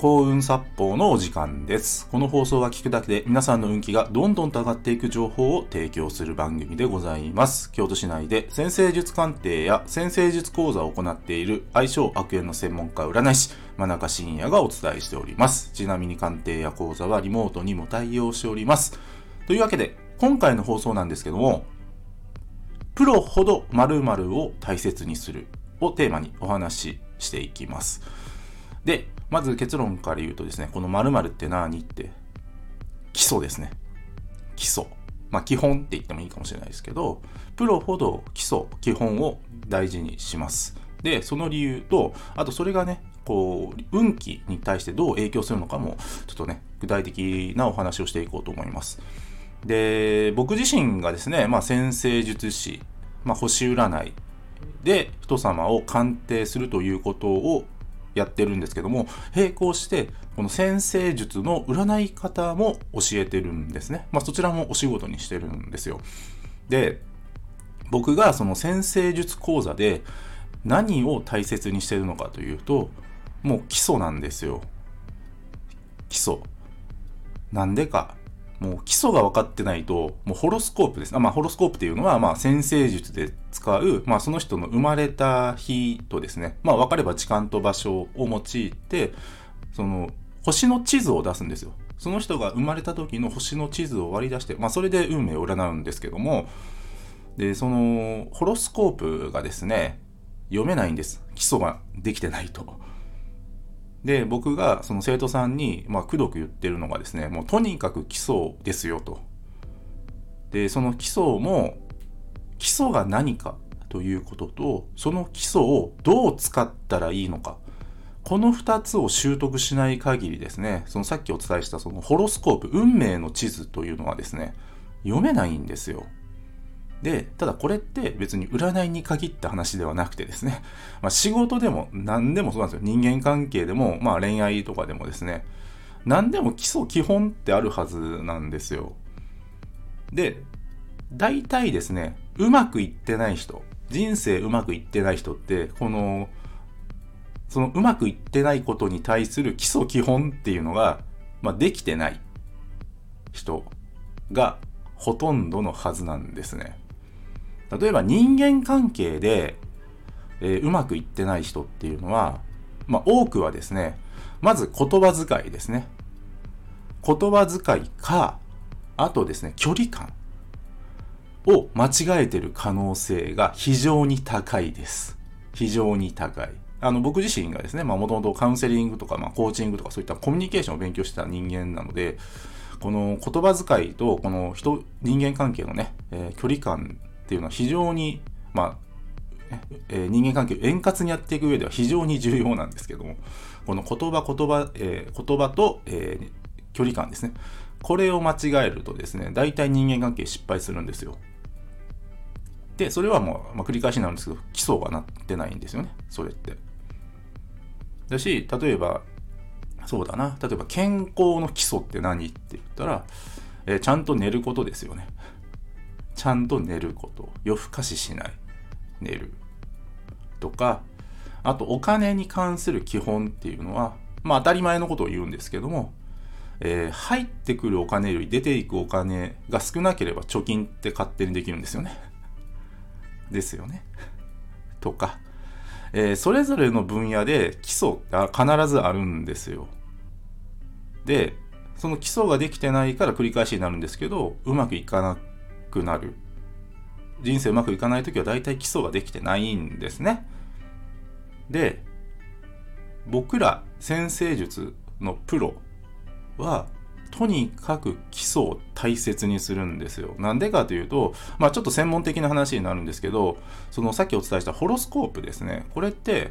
幸運殺法のお時間です。この放送は聞くだけで皆さんの運気がどんどんと上がっていく情報を提供する番組でございます。京都市内で占星術鑑定や占星術講座を行っている相性悪縁の専門家占い師真中信也がお伝えしております。ちなみに鑑定や講座はリモートにも対応しております。というわけで今回の放送なんですけども、プロほど〇〇を大切にするをテーマにお話ししていきます。で、まず結論から言うとですね、この〇〇って何って基礎ですね。基礎。基本って言ってもいいかもしれないですけど、プロほど基礎、基本を大事にします。で、その理由と、あとそれがね、運気に対してどう影響するのかも、ちょっとね、具体的なお話をしていこうと思います。で、僕自身がですね、占星術師、星占いで人様を鑑定するということをやってるんですけども、並行してこの占星術の占い方も教えてるんですね。そちらもお仕事にしてるんですよ。で、僕がその占星術講座で何を大切にしてるのかというと、もう基礎なんですよ。基礎。なんでか。もう基礎が分かってないと、もうホロスコープです。ホロスコープっていうのは、占星術で使う、その人の生まれた日とですね、分かれば時間と場所を用いて、その星の地図を出すんですよ。その人が生まれた時の星の地図を割り出して、それで運命を占うんですけども、で、そのホロスコープがですね、読めないんです。基礎ができてないと。で、僕がその生徒さんに、くどく言ってるのがですね、もうとにかく基礎ですよと。で、その基礎も、基礎が何かということと、その基礎をどう使ったらいいのか。この2つを習得しない限りですね、そのさっきお伝えしたそのホロスコープ、運命の地図というのはですね、読めないんですよ。で、ただこれって別に占いに限った話ではなくてですね、仕事でも何でもそうなんですよ。人間関係でも、恋愛とかでもですね、何でも基礎基本ってあるはずなんですよ。で、大体ですね、うまくいってない人、人生うまくいってない人って、そのうまくいってないことに対する基礎基本っていうのが、できてない人がほとんどのはずなんですね。例えば人間関係で、うまくいってない人っていうのは、多くはですね、まず言葉遣いですね。言葉遣いか、あとですね、距離感を間違えてる可能性が非常に高いです。非常に高い。僕自身がですね、もともとカウンセリングとか、コーチングとかそういったコミュニケーションを勉強してた人間なので、この言葉遣いとこの人間関係のね、距離感っていうのは非常に、人間関係を円滑にやっていく上では非常に重要なんですけども、この言葉と、距離感ですね。これを間違えるとですね、大体人間関係失敗するんですよ。で、それはもう、繰り返しになるんですけど、基礎がなってないんですよね、それって。だし、例えば健康の基礎って何って言ったら、ちゃんと寝ることですよね。ちゃんと寝ること。夜更かししない。寝る。とか、あとお金に関する基本っていうのは、当たり前のことを言うんですけども、入ってくるお金より出ていくお金が少なければ貯金って勝手にできるんですよね。ですよね。とか、それぞれの分野で基礎が必ずあるんですよ。で、その基礎ができてないから繰り返しになるんですけど、うまくいかなくなる。人生うまくいかないときは大体基礎ができてないんですね。で、僕ら占星術のプロはとにかく基礎を大切にするんですよ。なんでかというと、ちょっと専門的な話になるんですけど、そのさっきお伝えしたホロスコープですね。これって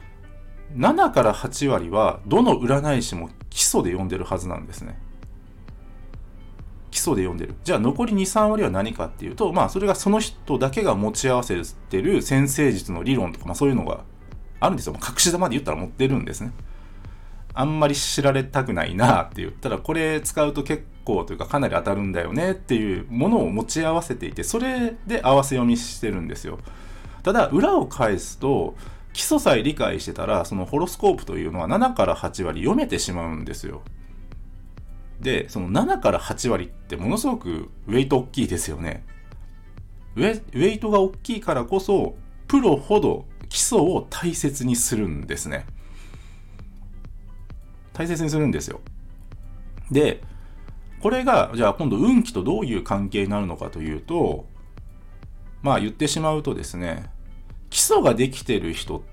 7から8割はどの占い師も基礎で読んでるはずなんですね。基礎で読んでる。じゃあ残り 2,3 割は何かっていうと、それがその人だけが持ち合わせてる占星術の理論とか、そういうのがあるんですよ。隠し玉で言ったら持ってるんですね。あんまり知られたくないなって言ったら、これ使うと結構というかかなり当たるんだよねっていうものを持ち合わせていて、それで合わせ読みしてるんですよ。ただ裏を返すと、 基礎さえ理解してたら、そのホロスコープというのは7から8割読めてしまうんですよ。で、その7から8割ってものすごくウェイト大きいですよね。ウェイトが大きいからこそ、プロほど基礎を大切にするんですね。大切にするんですよ。で、これが、じゃあ今度運気とどういう関係になるのかというと、まあ言ってしまうとですね、基礎ができてる人って、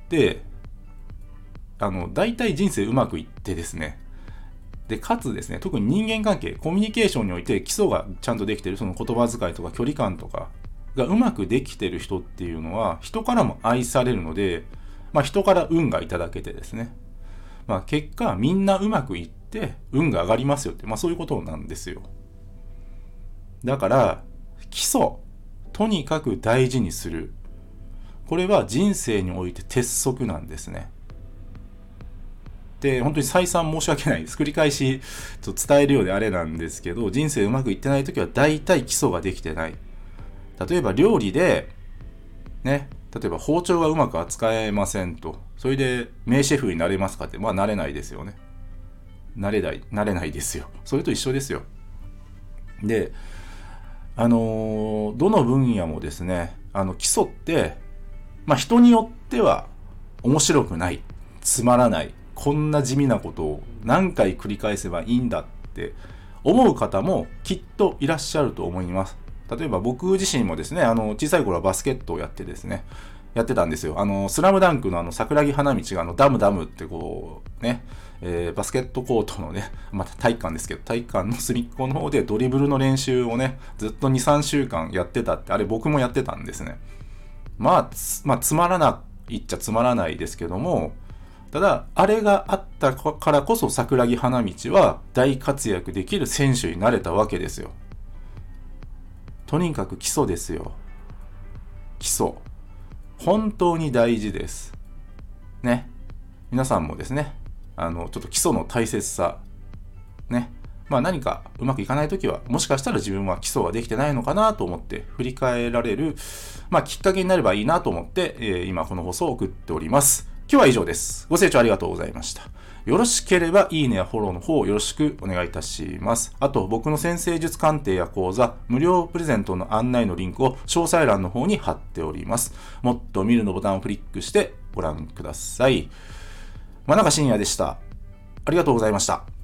大体人生うまくいってですね、で、かつですね、特に人間関係、コミュニケーションにおいて基礎がちゃんとできてる、その言葉遣いとか距離感とかがうまくできてる人っていうのは、人からも愛されるので、まあ人から運がいただけてですね、まあ結果みんなうまくいって運が上がりますよって、まあそういうことなんですよ。だから、基礎、とにかく大事にする。これは人生において鉄則なんですね。で、本当に再三申し訳ないです。繰り返しちょっと伝えるようであれなんですけど、人生うまくいってないときは大体基礎ができてない。例えば料理で、ね、例えば包丁がうまく扱えませんと。それで名シェフになれますかって、まあなれないですよね。なれないですよ。それと一緒ですよ。で、どの分野もですね、基礎って、まあ人によっては面白くない、つまらない、こんな地味なことを何回繰り返せばいいんだって思う方もきっといらっしゃると思います。例えば僕自身もですね、小さい頃はバスケットをやってですね、やってたんですよ。スラムダンクの桜木花道がダムダムってこう、ね、バスケットコートのね、また体育館ですけど、体育館の隅っこの方でドリブルの練習をね、ずっと2、3週間やってたって、あれ僕もやってたんですね。まあつまらないっちゃつまらないですけども、ただ、あれがあったからこそ桜木花道は大活躍できる選手になれたわけですよ。とにかく基礎ですよ。基礎。本当に大事です。ね。皆さんもですね、ちょっと基礎の大切さ、ね。まあ何かうまくいかないときは、もしかしたら自分は基礎ができてないのかなと思って振り返られる、まあきっかけになればいいなと思って、今この放送を送っております。今日は以上です。ご清聴ありがとうございました。よろしければいいねやフォローの方よろしくお願いいたします。あと僕の先生術鑑定や講座、無料プレゼントの案内のリンクを詳細欄の方に貼っております。もっと見るのボタンをクリックしてご覧ください。真中信也でした。ありがとうございました。